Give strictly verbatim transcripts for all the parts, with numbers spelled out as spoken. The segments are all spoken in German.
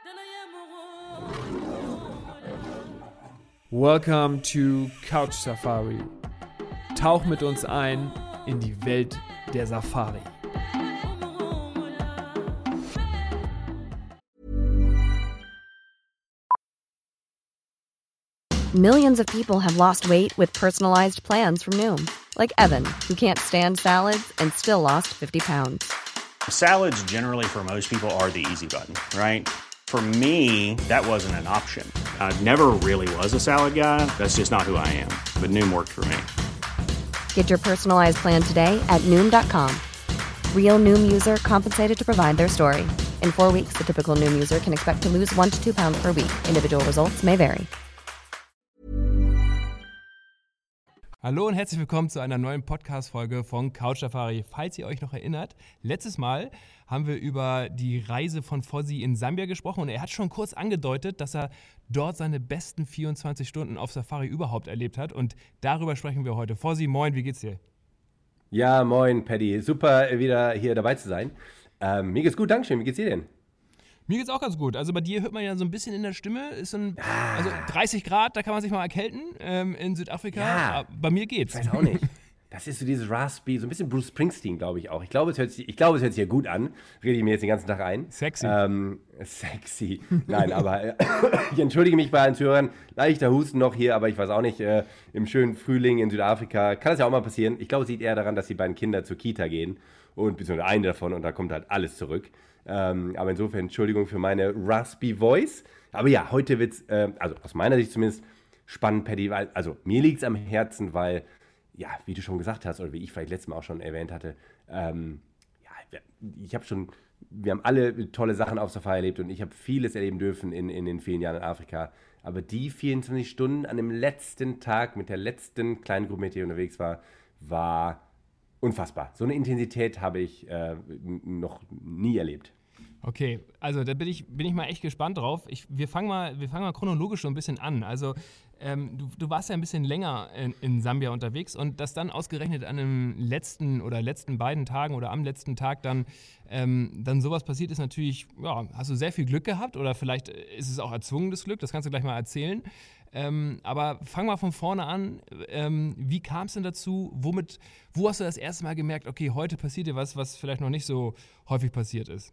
Welcome to Couch Safari. Tauch mit uns ein in die Welt der Safari. Millions of people have lost weight with personalized plans from Noom. Like Evan, who can't stand salads and still lost fifty pounds. Salads generally for most people are the easy button, right? For me, that wasn't an option. I never really was a salad guy. That's just not who I am. But Noom worked for me. Get your personalized plan today at Noom dot com. Real Noom user compensated to provide their story. In four weeks, the typical Noom user can expect to lose one to two pounds per week. Individual results may vary. Hallo und herzlich willkommen zu einer neuen Podcast-Folge von Couch Safari. Falls ihr euch noch erinnert, letztes Mal haben wir über die Reise von Fozzy in Sambia gesprochen und er hat schon kurz angedeutet, dass er dort seine besten vierundzwanzig Stunden auf Safari überhaupt erlebt hat und darüber sprechen wir heute. Fozzy, moin, wie geht's dir? Ja, moin, Paddy. Super, wieder hier dabei zu sein. Ähm, mir geht's gut, Dankeschön. Wie geht's dir denn? Mir geht's auch ganz gut. Also bei dir hört man ja so ein bisschen in der Stimme, ist so ein, also dreißig Grad, da kann man sich mal erkälten ähm, in Südafrika. Ja, bei mir geht's. Ich weiß auch nicht. Das ist so dieses Raspy, so ein bisschen Bruce Springsteen, glaube ich auch. Ich glaube, es hört sich, ich glaube, es hört sich ja gut an. Rede ich mir jetzt den ganzen Tag ein. Sexy. Ähm, sexy. Nein, aber äh, ich entschuldige mich bei allen Zuhörern. Leichter Husten noch hier, aber ich weiß auch nicht, äh, im schönen Frühling in Südafrika kann das ja auch mal passieren. Ich glaube, es liegt eher daran, dass die beiden Kinder zur Kita gehen und beziehungsweise eine davon und da kommt halt alles zurück. Ähm, aber insofern Entschuldigung für meine raspy Voice. Aber ja, heute wird es, äh, also aus meiner Sicht zumindest, spannend, Paddy, weil, also mir liegt es am Herzen, weil, ja, wie du schon gesagt hast, oder wie ich vielleicht letztes Mal auch schon erwähnt hatte, ähm, ja, ich habe schon, wir haben alle tolle Sachen auf Safari erlebt und ich habe vieles erleben dürfen in, in den vielen Jahren in Afrika. Aber die vierundzwanzig Stunden an dem letzten Tag mit der letzten kleinen Gruppe, mit der ich unterwegs war, war unfassbar. So eine Intensität habe ich äh, noch nie erlebt. Okay, also da bin ich, bin ich mal echt gespannt drauf. Ich, wir fangen mal, wir fangen mal chronologisch so ein bisschen an. Also ähm, du, du warst ja ein bisschen länger in, in Sambia unterwegs und das dann ausgerechnet an dem letzten oder letzten beiden Tagen oder am letzten Tag dann, ähm, dann sowas passiert ist natürlich, ja, hast du sehr viel Glück gehabt oder vielleicht ist es auch erzwungenes Glück, das kannst du gleich mal erzählen. Ähm, aber fang mal von vorne an. Ähm, wie kam es denn dazu? Womit, wo hast du das erste Mal gemerkt, okay, heute passiert dir was, was vielleicht noch nicht so häufig passiert ist?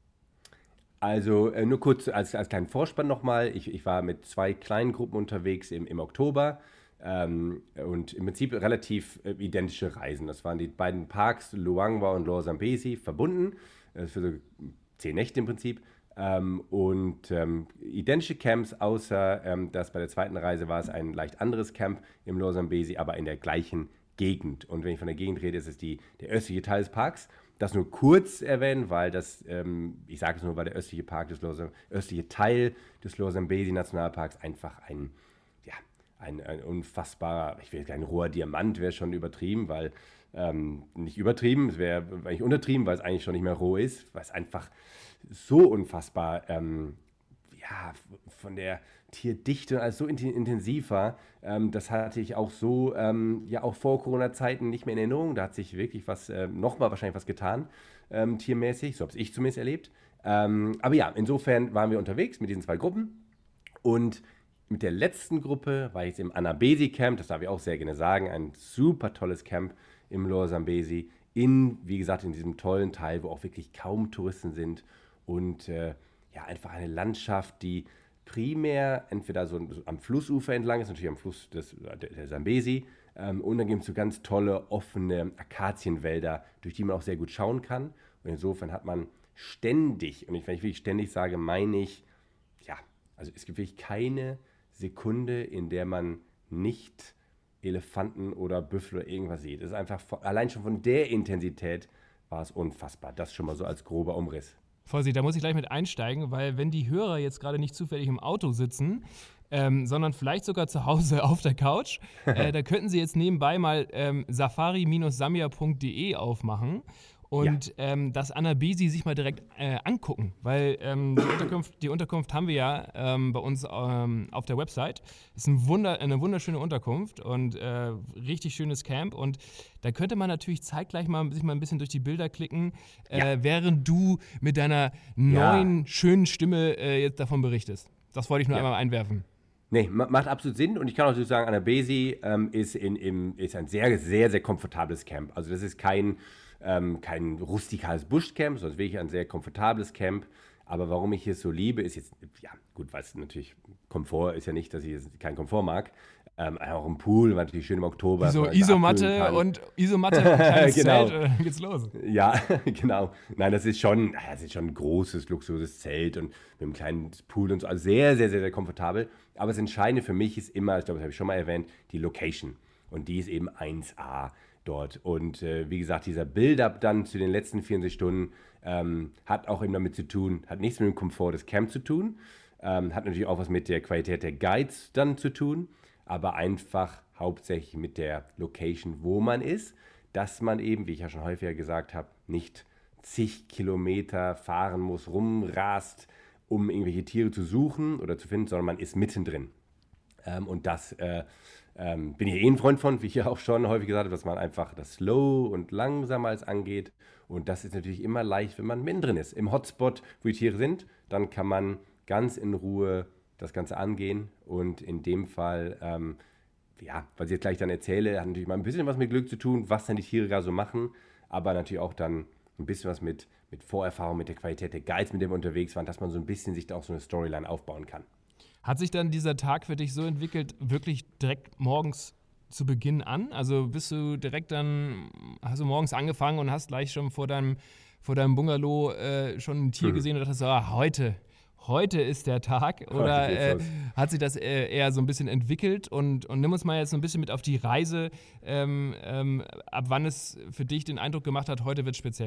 Also äh, nur kurz als, als kleinen Vorspann nochmal. Ich, ich war mit zwei kleinen Gruppen unterwegs im, im Oktober ähm, und im Prinzip relativ äh, identische Reisen. Das waren die beiden Parks, Luangwa und Lor Zambezi, verbunden, äh, für so zehn Nächte im Prinzip. Ähm, und ähm, identische Camps, außer ähm, dass bei der zweiten Reise war es ein leicht anderes Camp im Lor Zambezi, aber in der gleichen Gegend. Und wenn ich von der Gegend rede, ist es die, der östliche Teil des Parks. Das nur kurz erwähnen, weil das, ähm, ich sage es nur, weil der östliche Park des Lor, östliche Teil des Lor Zambezi Nationalparks einfach ein, ja, ein, ein unfassbarer, ich will jetzt kein roher Diamant, wäre schon übertrieben, weil, ähm, nicht übertrieben, es wäre eigentlich untertrieben, weil es eigentlich schon nicht mehr roh ist, weil es einfach so unfassbar, ähm, ja, von der Tierdichte und alles so intensiv war, ähm, das hatte ich auch so, ähm, ja auch vor Corona-Zeiten nicht mehr in Erinnerung. Da hat sich wirklich was, äh, nochmal wahrscheinlich was getan, ähm, tiermäßig, so habe ich zumindest erlebt. Ähm, aber ja, insofern waren wir unterwegs mit diesen zwei Gruppen und mit der letzten Gruppe war ich jetzt im Anambezi Camp, das darf ich auch sehr gerne sagen, ein super tolles Camp im Lor Zambezi, in, wie gesagt, in diesem tollen Teil, wo auch wirklich kaum Touristen sind und äh, ja, einfach eine Landschaft, die primär entweder so am Flussufer entlang ist, natürlich am Fluss des, der, der Zambezi, ähm, und dann gibt es so ganz tolle, offene Akazienwälder, durch die man auch sehr gut schauen kann. Und insofern hat man ständig, und wenn ich wirklich ständig sage, meine ich, ja, also es gibt wirklich keine Sekunde, in der man nicht Elefanten oder Büffel oder irgendwas sieht. Es ist einfach, allein schon von der Intensität war es unfassbar. Das schon mal so als grober Umriss. Vorsicht, da muss ich gleich mit einsteigen, weil wenn die Hörer jetzt gerade nicht zufällig im Auto sitzen, ähm, sondern vielleicht sogar zu Hause auf der Couch, äh, da könnten sie jetzt nebenbei mal ähm, safari Bindestrich sambia Punkt de aufmachen und ja. ähm, das Anabesi sich mal direkt äh, angucken, weil ähm, die, Unterkunft, die Unterkunft haben wir ja ähm, bei uns ähm, auf der Website. Ist ein Wunder, eine wunderschöne Unterkunft und äh, richtig schönes Camp und da könnte man natürlich zeitgleich mal sich mal ein bisschen durch die Bilder klicken, äh, ja. während du mit deiner neuen, ja. schönen Stimme äh, jetzt davon berichtest. Das wollte ich nur ja. einmal einwerfen. Nee, macht absolut Sinn und ich kann auch so sagen, Anabesi ähm, ist, in, im, ist ein sehr, sehr, sehr komfortables Camp. Also das ist kein, ähm, kein rustikales Buschcamp, sondern wirklich ein sehr komfortables Camp. Aber warum ich es so liebe, ist jetzt, ja gut, weil es natürlich, Komfort ist ja nicht, dass ich jetzt keinen Komfort mag. Ähm, auch im Pool, war natürlich schön im Oktober. So Isomatte und Isomatte und kleines genau. Zelt, äh, geht's los. Ja, genau. Nein, das ist schon, das ist schon ein großes, luxuriöses Zelt und mit einem kleinen Pool und so. Also sehr, sehr, sehr, sehr komfortabel. Aber das Entscheidende für mich ist immer, ich glaube, das habe ich schon mal erwähnt, die Location. Und die ist eben eins A dort. Und äh, wie gesagt, dieser Build-up dann zu den letzten vierundzwanzig Stunden ähm, hat auch eben damit zu tun, hat nichts mit dem Komfort des Camps zu tun, ähm, hat natürlich auch was mit der Qualität der Guides dann zu tun, aber einfach hauptsächlich mit der Location, wo man ist, dass man eben, wie ich ja schon häufiger gesagt habe, nicht zig Kilometer fahren muss, rumrast, um irgendwelche Tiere zu suchen oder zu finden, sondern man ist mittendrin. Ähm, und das äh, ähm, bin ich eh ein Freund von, wie ich ja auch schon häufig gesagt habe, dass man einfach das slow und langsam als angeht. Und das ist natürlich immer leicht, wenn man mittendrin ist. Im Hotspot, wo die Tiere sind, dann kann man ganz in Ruhe das Ganze angehen und in dem Fall, ähm, ja, was ich jetzt gleich dann erzähle, hat natürlich mal ein bisschen was mit Glück zu tun, was dann die Tiere gerade so machen, aber natürlich auch dann ein bisschen was mit, mit Vorerfahrung, mit der Qualität der Guides, mit dem wir unterwegs waren, dass man so ein bisschen sich da auch so eine Storyline aufbauen kann. Hat sich dann dieser Tag für dich so entwickelt, wirklich direkt morgens zu Beginn an? Also bist du direkt dann, hast du morgens angefangen und hast gleich schon vor deinem, vor deinem Bungalow äh, schon ein Tier mhm. gesehen und dachtest, ah, heute, heute ist der Tag? Oder äh, hat sich das äh, eher so ein bisschen entwickelt? Und, und nimm uns mal jetzt so ein bisschen mit auf die Reise, ähm, ähm, ab wann es für dich den Eindruck gemacht hat, heute wird es speziell.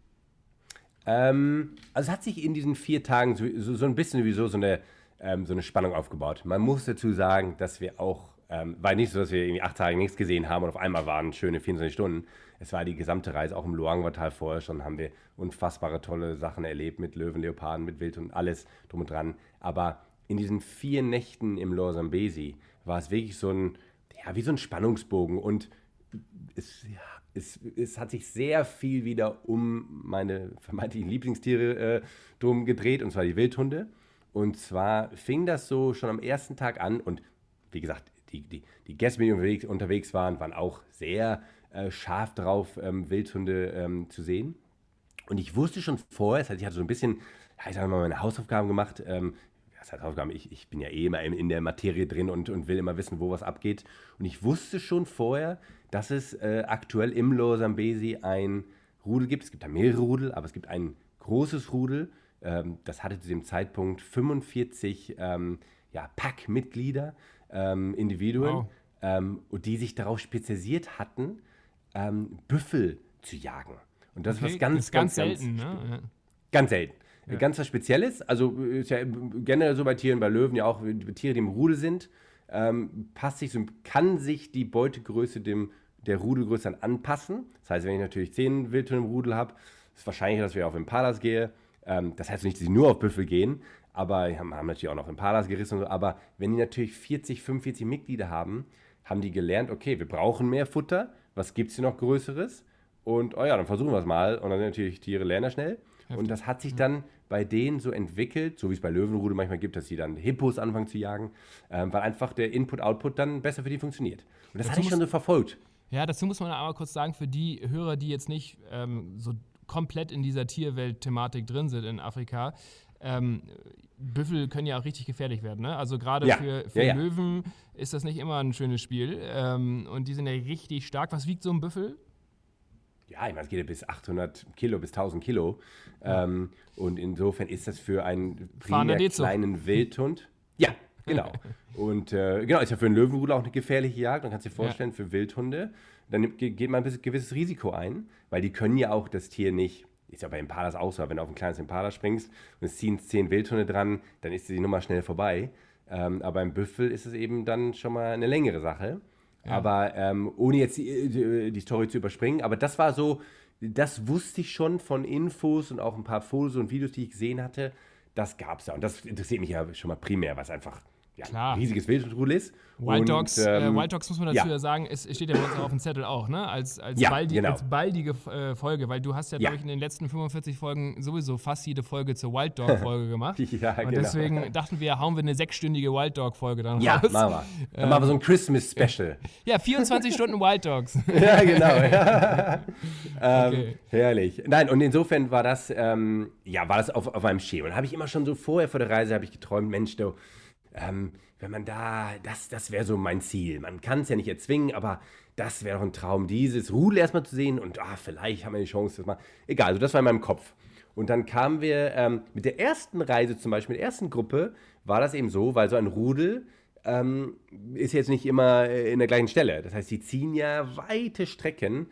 Ähm, also es hat sich in diesen vier Tagen so, so, so ein bisschen sowieso so eine, ähm, so eine Spannung aufgebaut. Man muss dazu sagen, dass wir auch, ähm, war nicht so, dass wir irgendwie acht Tage nichts gesehen haben und auf einmal waren schöne vierundzwanzig Stunden. Es war die gesamte Reise, auch im Luangwa-Tal vorher schon, haben wir unfassbare tolle Sachen erlebt mit Löwen, Leoparden, mit Wild und alles drum und dran. Aber in diesen vier Nächten im Lower Zambezi war es wirklich so ein, ja, wie so ein Spannungsbogen und es, ja, es, es hat sich sehr viel wieder um meine vermeintlichen Lieblingstiere äh, drum gedreht, und zwar die Wildhunde. Und zwar fing das so schon am ersten Tag an und wie gesagt, die, die, die Gäste, mit denen wir unterwegs waren, waren auch sehr äh, scharf drauf, ähm, Wildhunde ähm, zu sehen. Und ich wusste schon vorher, das heißt, ich hatte so ein bisschen, ja, ich habe mal meine Hausaufgaben gemacht. Ähm, das heißt Hausaufgaben, ich, ich bin ja eh immer in, in der Materie drin und, und will immer wissen, wo was abgeht. Und ich wusste schon vorher, dass es äh, aktuell im Lower Zambezi ein Rudel gibt. Es gibt da mehrere Rudel, aber es gibt ein großes Rudel. Ähm, das hatte zu dem Zeitpunkt fünfundvierzig ähm, ja, Pack-Mitglieder, ähm, Individuen, wow. ähm, die sich darauf spezialisiert hatten, ähm, Büffel zu jagen. Und das okay, ist was ganz, ist ganz, ganz, ganz selten, ne? Ja. Ganz selten. Ja. Ganz was Spezielles. Also ist ja generell so bei Tieren, bei Löwen ja auch Tiere, die im Rudel sind, ähm, passt sich so, kann sich die Beutegröße dem, der Rudelgröße dann anpassen. Das heißt, wenn ich natürlich zehn Wildhunde im Rudel habe, ist es wahrscheinlicher, dass wir auf Impalas gehe. Ähm, das heißt nicht, dass sie nur auf Büffel gehen, aber wir haben, haben natürlich auch noch Impalas gerissen und so. Aber wenn die natürlich vierzig, fünfundvierzig Mitglieder haben, haben die gelernt, okay, wir brauchen mehr Futter. Was gibt es hier noch Größeres? Und oh ja, dann versuchen wir es mal. Und dann sind natürlich Tiere lernen schnell. Heftig. Und das hat sich dann bei denen so entwickelt, so wie es bei Löwenrudel manchmal gibt, dass sie dann Hippos anfangen zu jagen, ähm, weil einfach der Input-Output dann besser für die funktioniert. Und das hatte ich schon so verfolgt. Ja, dazu muss man aber kurz sagen, für die Hörer, die jetzt nicht ähm, so komplett in dieser Tierwelt-Thematik drin sind in Afrika, ähm, Büffel können ja auch richtig gefährlich werden. Ne? Also gerade ja. für, für ja, ja. Löwen ist das nicht immer ein schönes Spiel. Ähm, und die sind ja richtig stark. Was wiegt so ein Büffel? Ja, ich meine, es geht ja bis achthundert Kilo, bis tausend Kilo. Ja. Ähm, und insofern ist das für einen primär kleinen Wildhund. Ja, genau. Und äh, genau, ist ja für einen Löwenrudel auch eine gefährliche Jagd. Man kann sich vorstellen, ja. für Wildhunde, dann geht man ein gewisses Risiko ein, weil die können ja auch das Tier nicht, ist ja bei Impalas auch so, wenn du auf ein kleines Impala springst und es ziehen zehn Wildhunde dran, dann ist die Nummer schnell vorbei. Ähm, aber beim Büffel ist es eben dann schon mal eine längere Sache. Ja. Aber ähm, ohne jetzt die, die, die Story zu überspringen, aber das war so das wusste ich schon von Infos und auch ein paar Fotos und Videos, die ich gesehen hatte. Das gab es ja. Und das interessiert mich ja schon mal primär, was einfach ja, Klar. ein riesiges Wildrudel ist. Wild und, Dogs, ähm, äh, Wild Dogs muss man dazu ja, ja sagen, es steht ja bei uns auch auf dem Zettel auch, ne? Als, als, ja, baldi, genau. als baldige äh, Folge, weil du hast ja, ja. glaube ich, in den letzten fünfundvierzig Folgen sowieso fast jede Folge zur Wild Dog-Folge gemacht. ja, und genau. deswegen dachten wir, hauen wir eine sechsstündige Wild Dog-Folge dann ja, raus. Ja, machen wir. Dann ähm, machen wir so ein Christmas-Special. Ja, vierundzwanzig Stunden Wild Dogs. ja, genau. Ja. ähm, okay. Herrlich. Nein, und insofern war das, ähm, ja, war das auf, auf meinem Schirm. Und habe ich immer schon so vorher vor der Reise, habe ich geträumt, Mensch, du, ähm, wenn man da, das, das wäre so mein Ziel. Man kann es ja nicht erzwingen, aber das wäre doch ein Traum, dieses Rudel erstmal zu sehen und ah, vielleicht haben wir die Chance, das mal. Egal, also das war in meinem Kopf. Und dann kamen wir ähm, mit der ersten Reise zum Beispiel, mit der ersten Gruppe, war das eben so, weil so ein Rudel ähm, ist jetzt nicht immer in der gleichen Stelle. Das heißt, sie ziehen ja weite Strecken,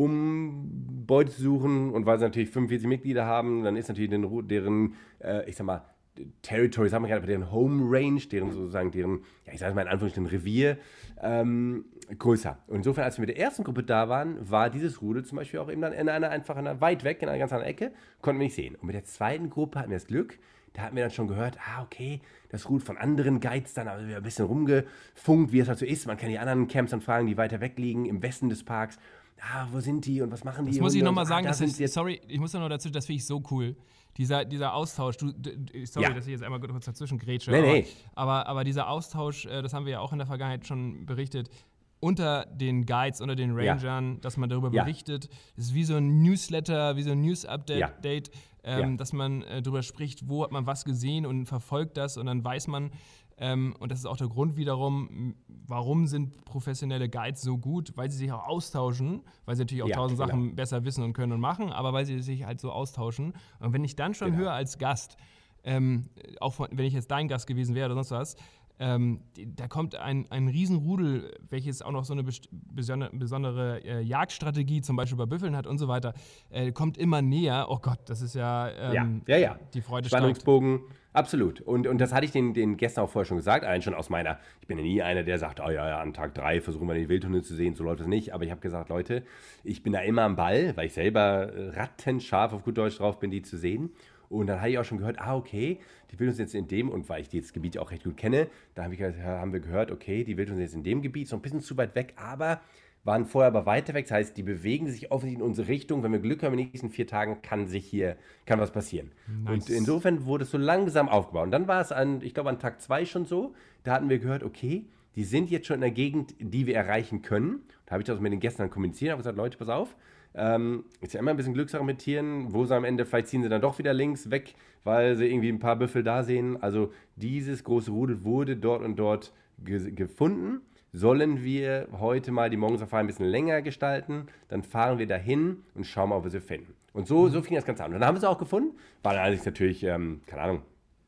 um Beute zu suchen. Und weil sie natürlich fünfundvierzig Mitglieder haben, dann ist natürlich den, deren, äh, ich sag mal, Territory, sagen wir gerade, deren Home Range, deren sozusagen, deren, ja, ich sage mal in Anführungsstrichen, Revier, ähm, größer. Und insofern, als wir mit der ersten Gruppe da waren, war dieses Rudel zum Beispiel auch eben dann in einer, einfach in einer, weit weg, in einer ganz anderen Ecke, konnten wir nicht sehen. Und mit der zweiten Gruppe hatten wir das Glück, da hatten wir dann schon gehört, ah, okay, das Rudel von anderen Guides, dann haben wir ein bisschen rumgefunkt, wie es halt so ist. Man kann die anderen Camps dann fragen, die weiter weg liegen, im Westen des Parks. Ah, wo sind die und was machen die? Das muss ich nochmal so, sagen, ah, das da ist, sorry, ich muss da noch dazu, das finde ich so cool. Dieser, dieser Austausch, du, du, sorry, ja. dass ich jetzt einmal kurz dazwischen grätsche, nee, aber, nee. aber, aber dieser Austausch, das haben wir ja auch in der Vergangenheit schon berichtet, unter den Guides, unter den Rangern, ja. dass man darüber ja. berichtet. Das ist wie so ein Newsletter, wie so ein News-Update, ja. ähm, ja. dass man äh, darüber spricht, wo hat man was gesehen und verfolgt das und dann weiß man, ähm, und das ist auch der Grund wiederum, warum sind professionelle Guides so gut, weil sie sich auch austauschen, weil sie natürlich auch ja, tausend genau. Sachen besser wissen und können und machen, aber weil sie sich halt so austauschen. Und wenn ich dann schon genau. höre als Gast, ähm, auch von, wenn ich jetzt dein Gast gewesen wäre oder sonst was, Ähm, da kommt ein, ein Riesenrudel, welches auch noch so eine best- besondere, besondere äh, Jagdstrategie zum Beispiel bei Büffeln hat und so weiter, äh, kommt immer näher. Oh Gott, das ist ja, ähm, ja, ja, ja. die Freude Spannungsbogen, steigt. Absolut. Und, und das hatte ich den, den Gästen auch vorher schon gesagt, allein schon aus meiner, ich bin ja nie einer, der sagt, oh ja, ja, an Tag drei versuchen wir die Wildhunde zu sehen, so läuft das nicht. Aber ich habe gesagt, Leute, ich bin da immer am Ball, weil ich selber rattenscharf auf gut Deutsch drauf bin, die zu sehen. Und dann habe ich auch schon gehört, ah, okay, die Wildhunde sind jetzt in dem, und weil ich das Gebiet auch recht gut kenne, da hab ich, haben wir gehört, okay, die Wildhunde sind jetzt in dem Gebiet, so ein bisschen zu weit weg, aber waren vorher aber weiter weg. Das heißt, die bewegen sich offensichtlich in unsere Richtung. Wenn wir Glück haben, in den nächsten vier Tagen kann sich hier, kann was passieren. Nice. Und insofern wurde es so langsam aufgebaut. Und dann war es an, ich glaube, an Tag zwei schon so, da hatten wir gehört, okay, die sind jetzt schon in der Gegend, die wir erreichen können. Da habe ich das mit den Gästen dann kommuniziert, habe gesagt, Leute, pass auf, Ähm, ist ja immer ein bisschen Glückssache mit Tieren, wo sie am Ende, vielleicht ziehen sie dann doch wieder links weg, weil sie irgendwie ein paar Büffel da sehen. Also dieses große Rudel wurde dort und dort ge- gefunden. Sollen wir heute mal die Morgensafari ein bisschen länger gestalten, dann fahren wir dahin und schauen mal, ob wir sie finden. Und so, so fing das Ganze an. Und dann haben wir sie auch gefunden, war dann allerdings natürlich, ähm, keine Ahnung,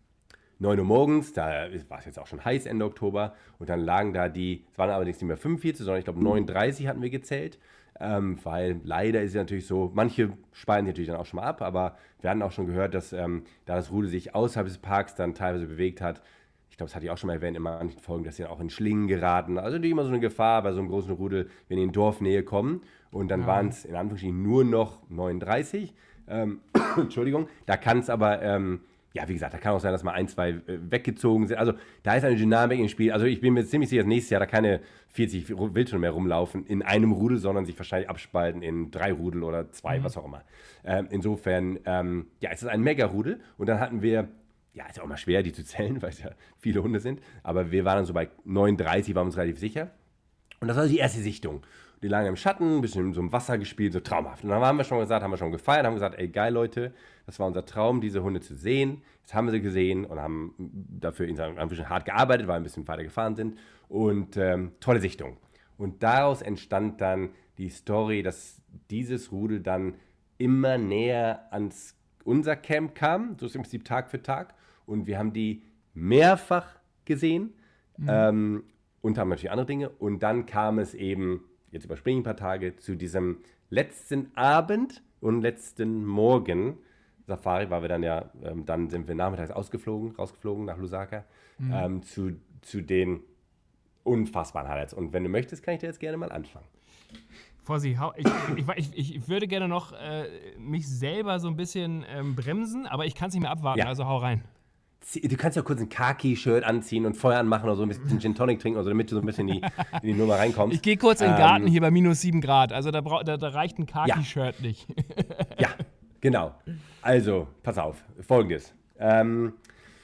neun Uhr morgens, da war es jetzt auch schon heiß Ende Oktober, und dann lagen da die, es waren allerdings nicht mehr fünfundvierzig, sondern ich glaube neununddreißig hatten wir gezählt. Ähm, weil leider ist es natürlich so, manche speien sich natürlich dann auch schon mal ab, aber wir hatten auch schon gehört, dass ähm, da das Rudel sich außerhalb des Parks dann teilweise bewegt hat. Ich glaube, das hatte ich auch schon mal erwähnt in manchen Folgen, dass sie dann auch in Schlingen geraten. Also natürlich immer so eine Gefahr bei so einem großen Rudel, wenn die in Dorfnähe kommen. Und dann ja. waren es in Anführungsstrichen nur noch neununddreißig. Ähm, Entschuldigung, da kann es aber... Ähm, Ja, wie gesagt, da kann auch sein, dass mal ein, zwei äh, weggezogen sind. Also da ist eine Dynamik im Spiel. Also ich bin mir ziemlich sicher, dass nächstes Jahr da keine vierzig Wildhunde mehr rumlaufen in einem Rudel, sondern sich wahrscheinlich abspalten in drei Rudel oder zwei, mhm. was auch immer. Ähm, insofern, ähm, ja, es ist ein Mega-Rudel. Und dann hatten wir, ja, ist ja auch mal schwer, die zu zählen, weil es ja viele Hunde sind. Aber wir waren dann so bei neununddreißig, waren uns relativ sicher. Und das war die erste Sichtung. Die lagen im Schatten, ein bisschen in so einem Wasser gespielt, so traumhaft. Und dann haben wir schon gesagt, haben wir schon gefeiert, haben gesagt, ey, geil, Leute, das war unser Traum, diese Hunde zu sehen. Jetzt haben wir sie gesehen und haben dafür in ein bisschen hart gearbeitet, weil wir ein bisschen weiter gefahren sind. Und ähm, tolle Sichtung. Und daraus entstand dann die Story, dass dieses Rudel dann immer näher ans unser Camp kam, so ist im Prinzip Tag für Tag. Und wir haben die mehrfach gesehen, mhm. ähm, und haben natürlich andere Dinge. Und dann kam es eben, jetzt überspringe ich ein paar Tage, zu diesem letzten Abend und letzten Morgen Safari, weil wir dann ja, ähm, dann sind wir nachmittags ausgeflogen, rausgeflogen nach Lusaka, mhm. ähm, zu, zu den unfassbaren Highlights. Und wenn du möchtest, kann ich dir jetzt gerne mal anfangen. Fossi, hau- ich, ich, ich, ich würde gerne noch äh, mich selber so ein bisschen ähm, bremsen, aber ich kann es nicht mehr abwarten, Ja. also hau rein. Du kannst ja kurz ein Khaki-Shirt anziehen und Feuer anmachen oder so ein bisschen Gin Tonic trinken, oder so, damit du so ein bisschen in die, in die Nummer reinkommst. Ich gehe kurz in den Ähm, Garten hier bei minus sieben Grad, also da, brauch, da, da reicht ein Khaki-Shirt nicht. Ja, genau. Also, pass auf, folgendes. Ähm,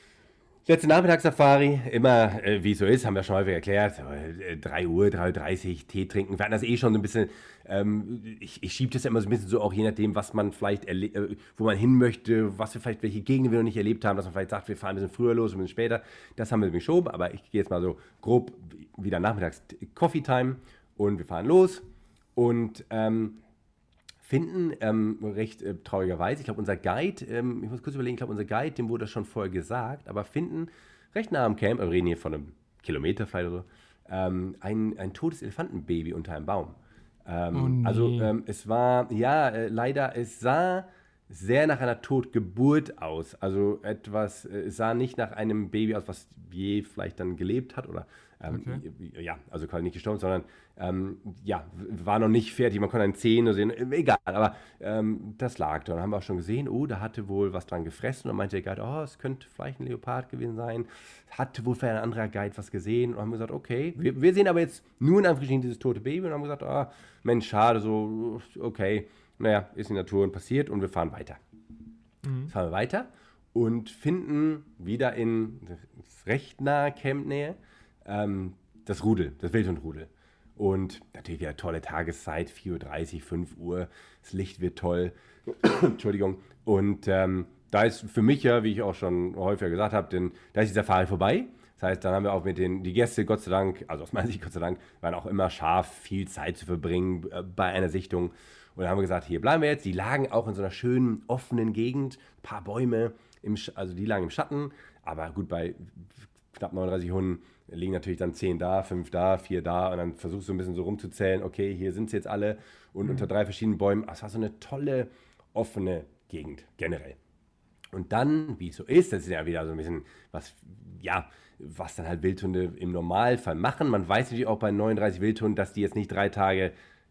letzte Nachmittagssafari, immer äh, wie es so ist, haben wir schon häufig erklärt, äh, drei Uhr, drei Uhr dreißig, Tee trinken. Wir hatten das eh schon so ein bisschen, ähm, ich, ich schiebe das ja immer so ein bisschen so, auch je nachdem, was man vielleicht, erle- äh, wo man hin möchte, was wir vielleicht, welche Gegenden wir noch nicht erlebt haben, dass man vielleicht sagt, wir fahren ein bisschen früher los, ein bisschen später. Das haben wir geschoben, aber ich gehe jetzt mal so grob wieder nachmittags Coffee Time und wir fahren los und ähm, finden, ähm, recht äh, traurigerweise, ich glaube, unser Guide, ähm, ich muss kurz überlegen, ich glaube, unser Guide, dem wurde das schon vorher gesagt, aber finden recht nah am Camp, wir reden hier von einem Kilometer vielleicht oder so, ähm, ein, ein totes Elefantenbaby unter einem Baum. Ähm, Oh nee. Also ähm, es war, ja, äh, leider, es sah sehr nach einer Totgeburt aus. Also etwas, äh, es sah nicht nach einem Baby aus, was je vielleicht dann gelebt hat oder, ähm, Okay. ja, also quasi nicht gestorben, sondern, ähm, ja, w- war noch nicht fertig. Man konnte eine Zähne sehen, äh, egal, aber ähm, das lag da. Und dann haben wir auch schon gesehen, oh, da hatte wohl was dran gefressen. Und dann meinte der Guide, oh, es könnte vielleicht ein Leopard gewesen sein. Hatte wohl vielleicht ein anderer Guide was gesehen. Und haben gesagt, okay, wir, wir sehen aber jetzt nur in Anführungsstrichen dieses tote Baby und haben gesagt, ah, Mensch, schade, so, okay, naja, ist in der Natur und passiert und wir fahren weiter. Jetzt fahren wir weiter und finden wieder in recht naher Campnähe ähm, das Rudel, das Wildhundrudel. Und natürlich wieder tolle Tageszeit, vier Uhr dreißig, fünf Uhr, das Licht wird toll. Entschuldigung. Und ähm, da ist für mich ja, wie ich auch schon häufiger gesagt habe, denn da ist die Safari vorbei. Das heißt, dann haben wir auch mit den, die Gäste, Gott sei Dank, also aus meiner Sicht Gott sei Dank, waren auch immer scharf, viel Zeit zu verbringen äh, bei einer Sichtung. Und dann haben wir gesagt, hier bleiben wir jetzt. Die lagen auch in so einer schönen, offenen Gegend, ein paar Bäume, im, Sch- also die lagen im Schatten. Aber gut, bei knapp neununddreißig Hunden liegen natürlich dann zehn da, fünf da, vier da. Und dann versuchst du ein bisschen so rumzuzählen, okay, hier sind sie jetzt alle. Und unter drei verschiedenen Bäumen. Das war so eine tolle, offene Gegend, generell. Und dann, wie es so ist, das ist ja wieder so ein bisschen was, ja, was dann halt Wildhunde im Normalfall machen. Man weiß natürlich auch bei neununddreißig Wildhunden, dass die jetzt nicht drei Tage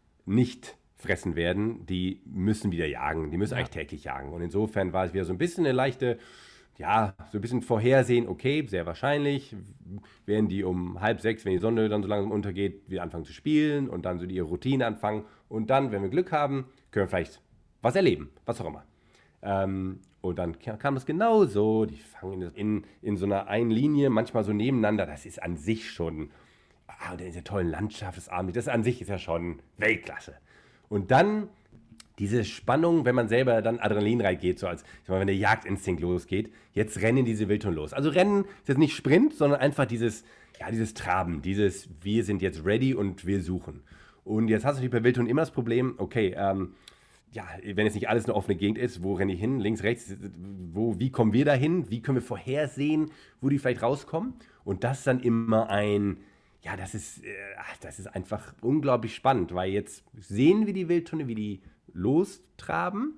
nicht fressen werden. Die müssen wieder jagen. Die müssen Ja. eigentlich täglich jagen. Und insofern war es wieder so ein bisschen eine leichte, ja, so ein bisschen vorhersehen, okay, sehr wahrscheinlich werden die um halb sechs, wenn die Sonne dann so langsam untergeht, wieder anfangen zu spielen und dann so ihre Routine anfangen. Und dann, wenn wir Glück haben, können wir vielleicht was erleben, was auch immer. Ähm, und dann ka- kam es genauso. Die fangen in, in so einer einen Linie, manchmal so nebeneinander. Das ist an sich schon, ah, und in dieser tollen Landschaft des Abends, das an sich ist ja schon Weltklasse. Und dann diese Spannung, wenn man selber dann Adrenalin reingeht, so als ich sag mal, wenn der Jagdinstinkt losgeht, jetzt rennen diese Wildhunde los. Also Rennen ist jetzt nicht Sprint, sondern einfach dieses, ja, dieses Traben, dieses wir sind jetzt ready und wir suchen. Und jetzt hast du natürlich bei Wildhunden immer das Problem, okay, ähm, ja, wenn jetzt nicht alles eine offene Gegend ist, wo renne ich hin, links, rechts, wo, wie kommen wir da hin, wie können wir vorhersehen, wo die vielleicht rauskommen? Und das ist dann immer ein, ja, das ist, äh, ach, das ist einfach unglaublich spannend, weil jetzt sehen wir die Wildhunde, wie die lostraben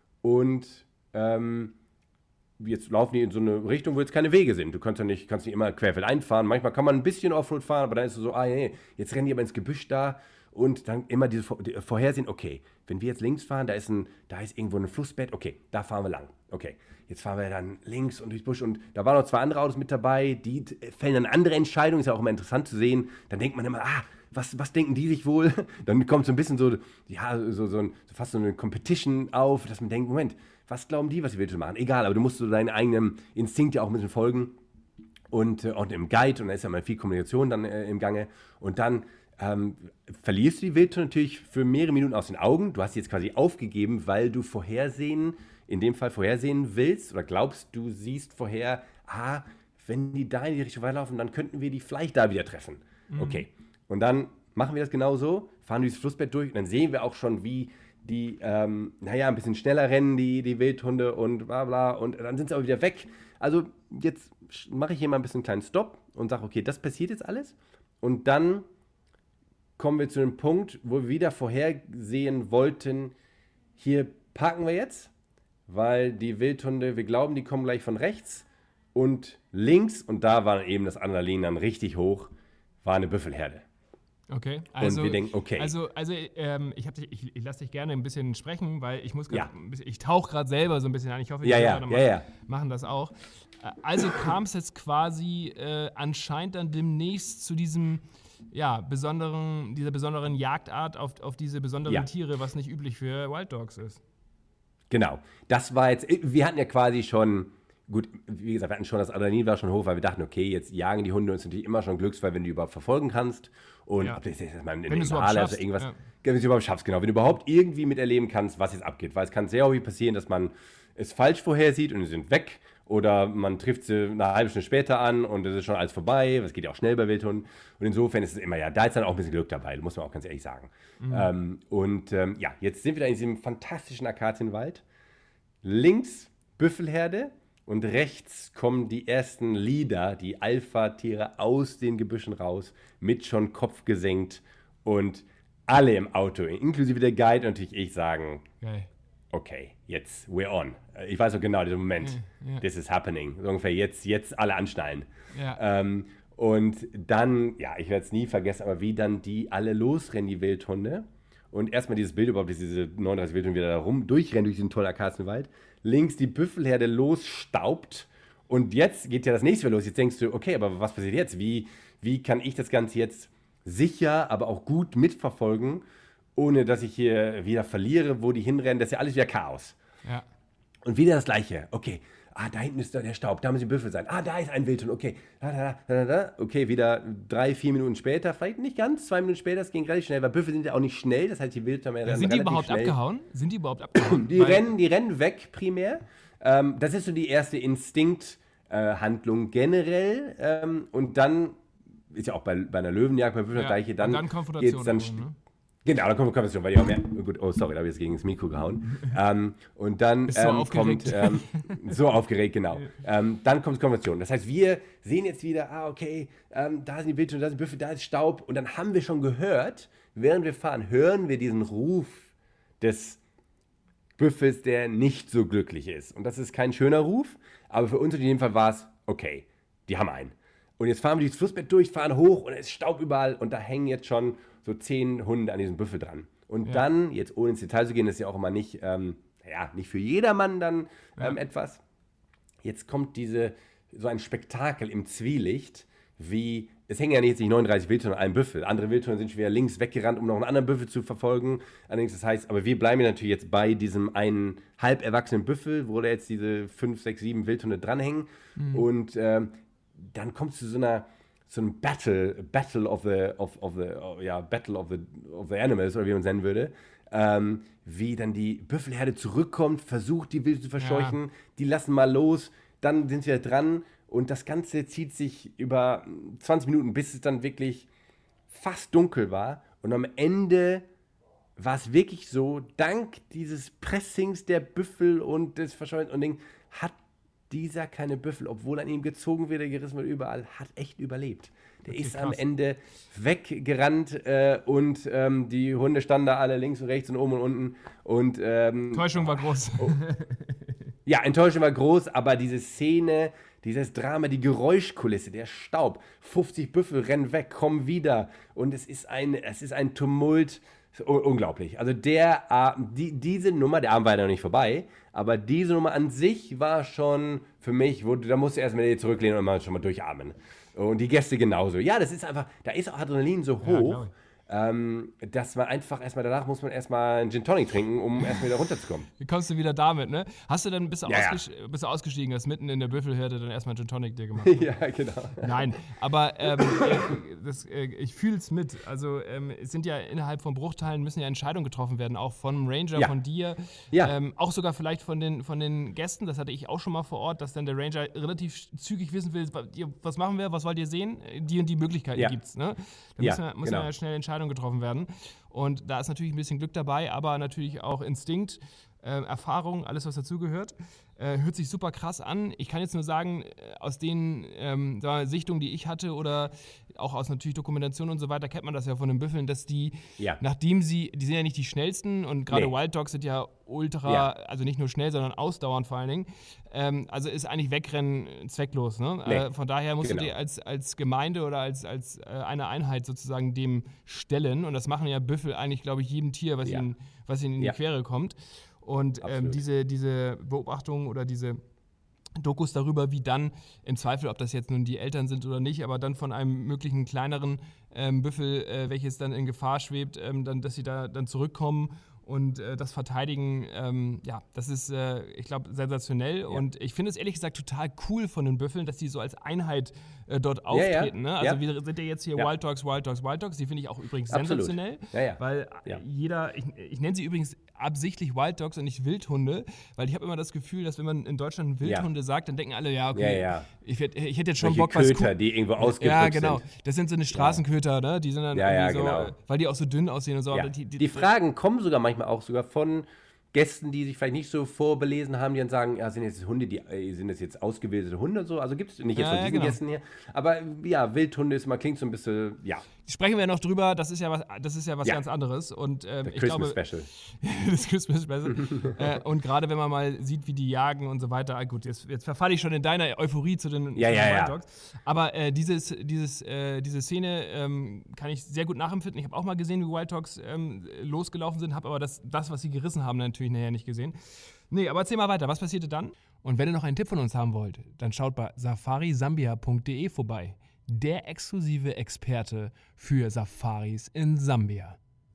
und ähm, jetzt laufen die in so eine Richtung, wo jetzt keine Wege sind. Du kannst ja nicht, kannst nicht immer querfeldein fahren. Manchmal kann man ein bisschen Offroad fahren, aber dann ist es so, ah nee, jetzt rennen die aber ins Gebüsch da und dann immer dieses Vor- die Vorhersehen, okay, wenn wir jetzt links fahren, da ist, ein, da ist irgendwo ein Flussbett, okay, da fahren wir lang. Okay, jetzt fahren wir dann links und durchs Busch und da waren noch zwei andere Autos mit dabei, die t- fällen dann andere Entscheidungen, ist ja auch immer interessant zu sehen. Dann denkt man immer, ah, was, was denken die sich wohl? Dann kommt so ein bisschen so, ja, so, so, ein, so fast so eine Competition auf, dass man denkt, Moment, was glauben die, was die Wildhunde machen? Egal, aber du musst so deinen eigenen Instinkt ja auch ein bisschen folgen und, äh, und im Guide und da ist ja mal viel Kommunikation dann äh, im Gange und dann ähm, verlierst du die Wildhunde natürlich für mehrere Minuten aus den Augen. Du hast sie jetzt quasi aufgegeben, weil du vorhersehen, in dem Fall vorhersehen willst oder glaubst, du siehst vorher, ah, wenn die da in die Richtung weiterlaufen, dann könnten wir die vielleicht da wieder treffen. Okay. Und dann machen wir das genauso, fahren dieses Flussbett durch und dann sehen wir auch schon, wie die, ähm, naja, ein bisschen schneller rennen, die, die Wildhunde und bla bla und dann sind sie auch wieder weg. Also jetzt sch- mache ich hier mal ein bisschen einen kleinen Stopp und sage, okay, das passiert jetzt alles und dann kommen wir zu dem Punkt, wo wir wieder vorhersehen wollten, hier parken wir jetzt, weil die Wildhunde, wir glauben, die kommen gleich von rechts und links, und da war eben das Adrenalin dann richtig hoch, war eine Büffelherde. Okay, also, und wir denken, okay. Also, also ähm, ich, ich, ich lasse dich gerne ein bisschen sprechen, weil ich muss grad, Ja. ich tauche gerade selber so ein bisschen an. Ich hoffe, die Ja, ja, Hörer ja, machen, ja. machen das auch. Äh, Also kam es jetzt quasi äh, anscheinend dann demnächst zu diesem, ja, besonderen, dieser besonderen Jagdart auf, auf diese besonderen Ja. Tiere, was nicht üblich für Wild Dogs ist. Genau. Das war jetzt, wir hatten ja quasi schon, gut, wie gesagt, wir hatten schon, das Adrenalin war schon hoch, weil wir dachten, okay, jetzt jagen die Hunde uns natürlich immer schon Glücksfall, wenn du überhaupt verfolgen kannst. Und Ja. ob das jetzt mal Wenn du es überhaupt Halle schaffst, oder irgendwas, ja. wenn du es überhaupt schaffst, genau. Wenn du überhaupt irgendwie miterleben kannst, was jetzt abgeht. Weil es kann sehr häufig passieren, dass man es falsch vorhersieht und sie sind weg. Oder man trifft sie eine halbe Stunde später an und es ist schon alles vorbei. Es geht ja auch schnell bei Wildhunden. Und insofern ist es immer, ja, da ist dann auch ein bisschen Glück dabei, muss man auch ganz ehrlich sagen. Mhm. Ähm, und ähm, ja, jetzt sind wir da in diesem fantastischen Akazienwald. Links Büffelherde und rechts kommen die ersten Leader, die Alpha-Tiere aus den Gebüschen raus, mit schon Kopf gesenkt und alle im Auto, inklusive der Guide und natürlich ich, sagen, Geil. okay, jetzt we're on. Ich weiß auch genau, dieser Moment, Ja, ja. this is happening. So ungefähr jetzt, jetzt alle anschnallen. Ja. Ähm, und dann, ja, ich werde es nie vergessen, aber wie dann die alle losrennen, die Wildhunde. Und erstmal dieses Bild überhaupt, dass diese neununddreißig Wildhunde wieder da rum durchrennen durch diesen tollen Akazienwald. Links die Büffelherde losstaubt. Und jetzt geht ja das nächste wieder los. Jetzt denkst du, okay, aber was passiert jetzt? Wie, wie kann ich das Ganze jetzt sicher, aber auch gut mitverfolgen, ohne dass ich hier wieder verliere, wo die hinrennen? Das ist ja alles wieder Chaos. Ja. Und wieder das Gleiche. Okay, ah, da hinten ist der Staub, da müssen die Büffel sein. Ah, da ist ein Wildhund, okay. Da, da, da, da, da. Okay, wieder drei, vier Minuten später, vielleicht nicht ganz, zwei Minuten später, es ging relativ schnell, weil Büffel sind ja auch nicht schnell, das heißt, die Wildhunde Ja, rennen sind die relativ überhaupt schnell. abgehauen? Sind die überhaupt abgehauen? Die Weil- rennen, die rennen weg primär. Ähm, das ist so die erste Instinkthandlung generell. Ähm, und dann ist ja auch bei, bei einer Löwenjagd, bei Büffeln Ja, das Gleiche. Dann und dann Konfrontation geht's dann so, ne? Genau, da kommt Konversation, weil die auch mehr. Oh, gut, oh, sorry, da habe ich jetzt gegen das Mikro gehauen. ähm, und dann Bist so ähm, aufgeregt. kommt. Ähm, so aufgeregt, genau. Ähm, dann kommt Konversation. Das heißt, wir sehen jetzt wieder, ah, okay, ähm, da sind die Wildhunde, da sind die Büffel, da ist Staub. Und dann haben wir schon gehört, während wir fahren, hören wir diesen Ruf des Büffels, der nicht so glücklich ist. Und das ist kein schöner Ruf, aber für uns in jedem Fall war es, okay, die haben einen. Und jetzt fahren wir dieses Flussbett durch, fahren hoch und es ist Staub überall und da hängen jetzt schon so zehn Hunde an diesem Büffel dran. Und Ja. dann, jetzt ohne ins Detail zu gehen, das ist ja auch immer nicht, ähm, ja, nicht für jedermann dann ähm, Ja. etwas. Jetzt kommt diese, so ein Spektakel im Zwielicht, wie, es hängen ja jetzt nicht neununddreißig Wildhunde an einem Büffel. Andere Wildhunde sind schon wieder links weggerannt, um noch einen anderen Büffel zu verfolgen. Allerdings, das heißt, aber wir bleiben ja natürlich jetzt bei diesem einen halb erwachsenen Büffel, wo da jetzt diese fünf, sechs, sieben Wildhunde dranhängen. Mhm. Und ähm, dann kommt es zu so einer so einem Battle, Battle of the, of, of the, oh, ja, Battle of the, of the Animals, oder wie man es nennen würde, ähm, wie dann die Büffelherde zurückkommt, versucht, die Wilde zu verscheuchen, die lassen mal los, dann sind sie wieder dran und das Ganze zieht sich über zwanzig Minuten, bis es dann wirklich fast dunkel war und am Ende war es wirklich so, dank dieses Pressings der Büffel und des Verscheuchens und Ding, hat dieser kleine Büffel, obwohl an ihm gezogen wird, gerissen wird überall, hat echt überlebt. Der Okay, ist am krass. Ende weggerannt äh, und ähm, die Hunde standen da alle links und rechts und oben und unten. Und ähm, Täuschung war groß. ja, Enttäuschung war groß, aber diese Szene, dieses Drama, die Geräuschkulisse, der Staub, fünfzig Büffel rennen weg, kommen wieder und es ist ein, es ist ein Tumult, un- unglaublich. Also der, Abend- die, diese Nummer, der Abend war ja noch nicht vorbei, aber diese Nummer an sich war schon für mich, wo, da musst du erstmal zurücklehnen und mal schon mal durchatmen. Und die Gäste genauso. Ja, das ist einfach, da ist auch Adrenalin so Ja, hoch, glaub ich. ähm, dass man einfach erstmal, danach muss man erstmal einen Gin Tonic trinken, um erstmal wieder runterzukommen. Wie kommst du wieder damit, ne? Hast du dann, bist du, Ja, ja. ausges bist du ausgestiegen, hast mitten in der Büffelherde dann erstmal Gin Tonic dir gemacht? ja, genau. Nein, aber ähm, äh, das, äh, ich fühle es mit. Also ähm, es sind ja innerhalb von Bruchteilen müssen ja Entscheidungen getroffen werden, auch vom Ranger, Ja. von dir, Ja. ähm, auch sogar vielleicht von den, von den Gästen. Das hatte ich auch schon mal vor Ort, dass dann der Ranger relativ zügig wissen will, wa- ihr- was machen wir, was wollt ihr sehen? Die und die Möglichkeiten Ja. gibt's. Ne? Da Ja, müssen, ja- müssen genau. ja schnell Entscheidungen getroffen werden. Und da ist natürlich ein bisschen Glück dabei, aber natürlich auch Instinkt. äh, Erfahrung, alles, was dazugehört. Äh, hört sich super krass an. Ich kann jetzt nur sagen, aus den ähm, sagen wir, Sichtungen, die ich hatte oder auch aus natürlich Dokumentation und so weiter, kennt man das ja von den Büffeln, dass die, ja. nachdem sie, die sind ja nicht die schnellsten und gerade nee. Wild Dogs sind ja ultra, ja. also nicht nur schnell, sondern ausdauernd vor allen Dingen. Ähm, also ist eigentlich Wegrennen zwecklos. Ne? Nee. Äh, von daher musst genau. du dir als, als Gemeinde oder als, als äh, eine Einheit sozusagen dem stellen und das machen ja Büffel eigentlich, glaube ich, jedem Tier, was, ja. ihnen, was ihnen in ja. die Quere kommt. Und ähm, diese, diese Beobachtungen oder diese Dokus darüber, wie dann im Zweifel, ob das jetzt nun die Eltern sind oder nicht, aber dann von einem möglichen kleineren ähm, Büffel, äh, welches dann in Gefahr schwebt, ähm, dann, dass sie da dann zurückkommen und äh, das verteidigen, ähm, ja, das ist, äh, ich glaube, sensationell. Ja. Und ich finde es ehrlich gesagt total cool von den Büffeln, dass die so als Einheit äh, dort auftreten. Ja, ja. Ne? Also ja. wir sind ja jetzt hier ja. Wild Dogs, Wild Dogs, Wild Dogs. Die finde ich auch übrigens Absolut. sensationell. Ja, ja. Weil ja. jeder, ich, ich nenne sie übrigens absichtlich Wild Dogs und nicht Wildhunde, weil ich habe immer das Gefühl, dass wenn man in Deutschland Wildhunde ja. sagt, dann denken alle, ja, okay, ja, ja. Ich, werd, ich hätte jetzt schon Solche Bock, Köter, was... Köter, die irgendwo ausgedrückt Ja, genau. sind. Das sind so eine Straßenköter, ne? Die sind dann ja, irgendwie ja, so, genau. weil die auch so dünn aussehen und so. Ja. Die, die, die Fragen kommen sogar manchmal auch sogar von Gästen, die sich vielleicht nicht so vorbelesen haben, die dann sagen, ja, sind jetzt Hunde, die sind das jetzt ausgebildete Hunde und so? Also gibt es nicht jetzt ja, von diesen ja, genau. Gästen hier. Aber ja, Wildhunde ist mal, klingt so ein bisschen, ja. Sprechen wir noch drüber, das ist ja was, das ist ja was ja. ganz anderes. Und, ähm, ich Christmas glaube, Special. Das Christmas Special. äh, und gerade wenn man mal sieht, wie die jagen und so weiter, ah, gut, jetzt, jetzt verfalle ich schon in deiner Euphorie zu den, ja, zu den ja, Wild ja. Dogs. Aber äh, dieses, dieses, äh, diese Szene ähm, kann ich sehr gut nachempfinden. Ich habe auch mal gesehen, wie Wild Dogs ähm, losgelaufen sind, habe aber das, das, was sie gerissen haben, natürlich nachher nicht gesehen. Nee, aber erzähl mal weiter, was passierte dann? Und wenn ihr noch einen Tipp von uns haben wollt, dann schaut bei safari sambia punkt de vorbei. Der exklusive Experte für Safaris in Sambia.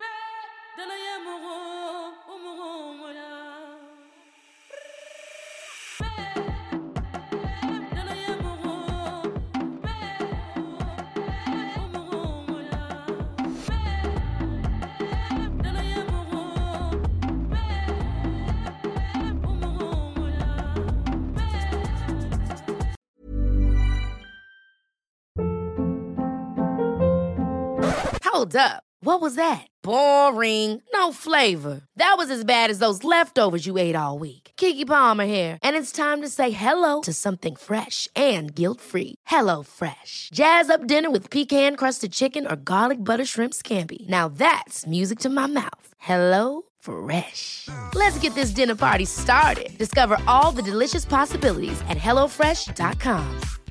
Hold up. What was that? Boring. No flavor. That was as bad as those leftovers you ate all week. Keke Palmer here, and it's time to say hello to something fresh and guilt-free. Hello Fresh. Jazz up dinner with pecan-crusted chicken or garlic butter shrimp scampi. Now that's music to my mouth. Hello Fresh. Let's get this dinner party started. Discover all the delicious possibilities at hello fresh dot com.